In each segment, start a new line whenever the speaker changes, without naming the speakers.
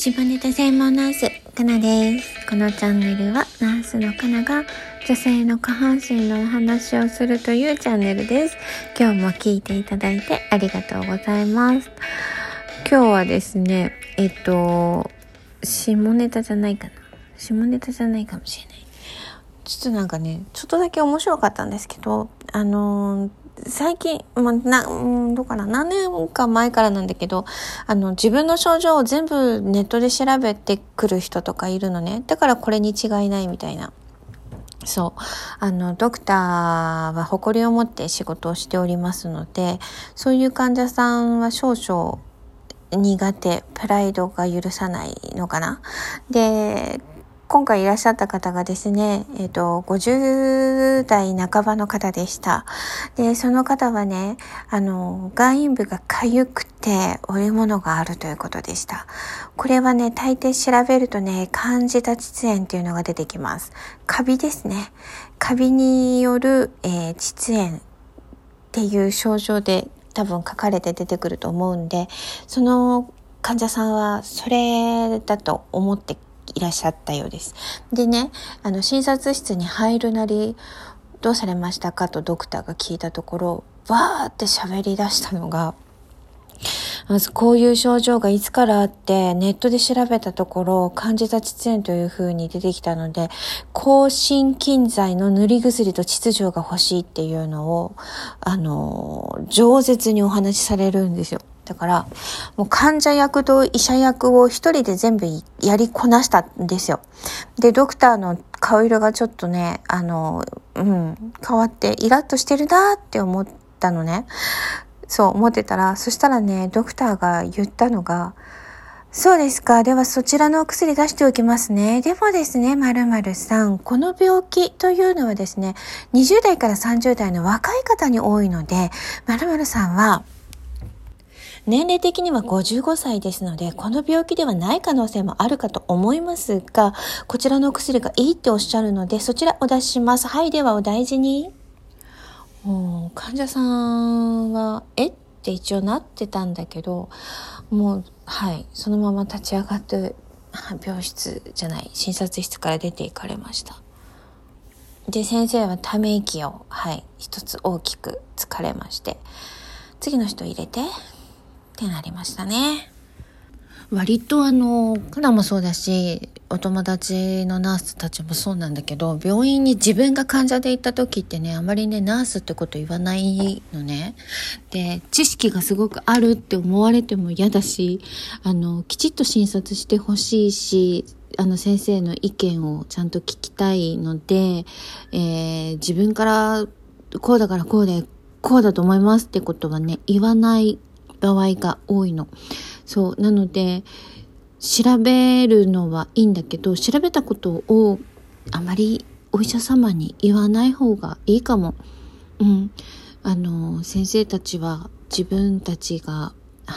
下ネタ専門ナースかなです。このチャンネルはナースのかなが女性の下半身のお話をするというチャンネルです。今日も聞いていただいてありがとうございます。今日はですね下ネタじゃないかもしれない。ちょっとなんかね、ちょっとだけ面白かったんですけど、最近、どうかな、何年か前からなんだけど、自分の症状を全部ネットで調べてくる人とかいるのね。だからこれに違いないみたいな。そう。ドクターは誇りを持って仕事をしておりますので、そういう患者さんは少々苦手、プライドが許さないのかな。で、今回いらっしゃった方がですね、50代半ばの方でした。で、その方はね、外陰部が痒くて折れ物があるということでした。これはね、大抵調べるとね、カンジダ膣炎っていうのが出てきます。カビですね。カビによる、膣炎っていう症状で多分書かれて出てくると思うんで、その患者さんはそれだと思っていらっしゃったようです。でね、診察室に入るなりどうされましたかとドクターが聞いたところ、わーって喋り出したのが、まずこういう症状がいつからあってネットで調べたところカンジダ膣炎という風に出てきたので、抗真菌剤の塗り薬と膣錠が欲しいっていうのを饒舌にお話しされるんですよ。だからもう患者役と医者役を一人で全部やりこなしたんですよ。で、ドクターの顔色がちょっとね変わってイラッとしてるなって思ったのね。そう思ってたら、そしたらね、ドクターが言ったのが、そうですか、ではそちらのお薬出しておきますね。でもですね、〇〇さん、この病気というのはですね、20代から30代の若い方に多いので、〇〇さんは年齢的には55歳ですので、この病気ではない可能性もあるかと思いますが、こちらのお薬がいいっておっしゃるので、そちらお出しします。はい、ではお大事に。患者さんはって一応なってたんだけど、もうそのまま立ち上がって診察室から出て行かれました。で、先生はため息を一つ大きく疲れまして、次の人入れてってなりましたね。割とカナもそうだし、お友達のナースたちもそうなんだけど、病院に自分が患者で行った時ってね、あまりねナースってこと言わないのね。で、知識がすごくあるって思われても嫌だし、きちっと診察してほしいし、先生の意見をちゃんと聞きたいので、自分からこうだからこうでこうだと思いますってことはね言わない場合が多いの。そうなので、調べるのはいいんだけど、調べたことをあまりお医者様に言わない方がいいかも。先生たちは自分たちが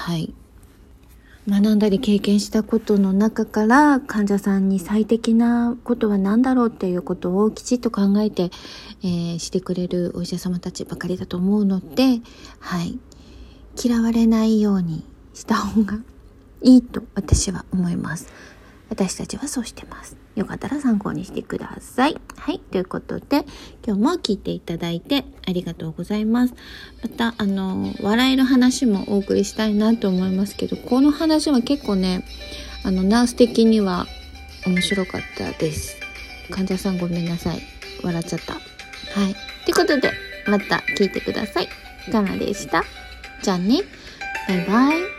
学んだり経験したことの中から患者さんに最適なことは何だろうっていうことをきちっと考えて、してくれるお医者様たちばかりだと思うので、嫌われないようにした方がいいと私は思います。私たちはそうしてます。よかったら参考にしてください。ということで、今日も聞いていただいてありがとうございます。また笑える話もお送りしたいなと思いますけど、この話は結構ねナース的には面白かったです。患者さんごめんなさい、笑っちゃった。ということで、また聞いてください。かなでした。じゃあね、バイバイ。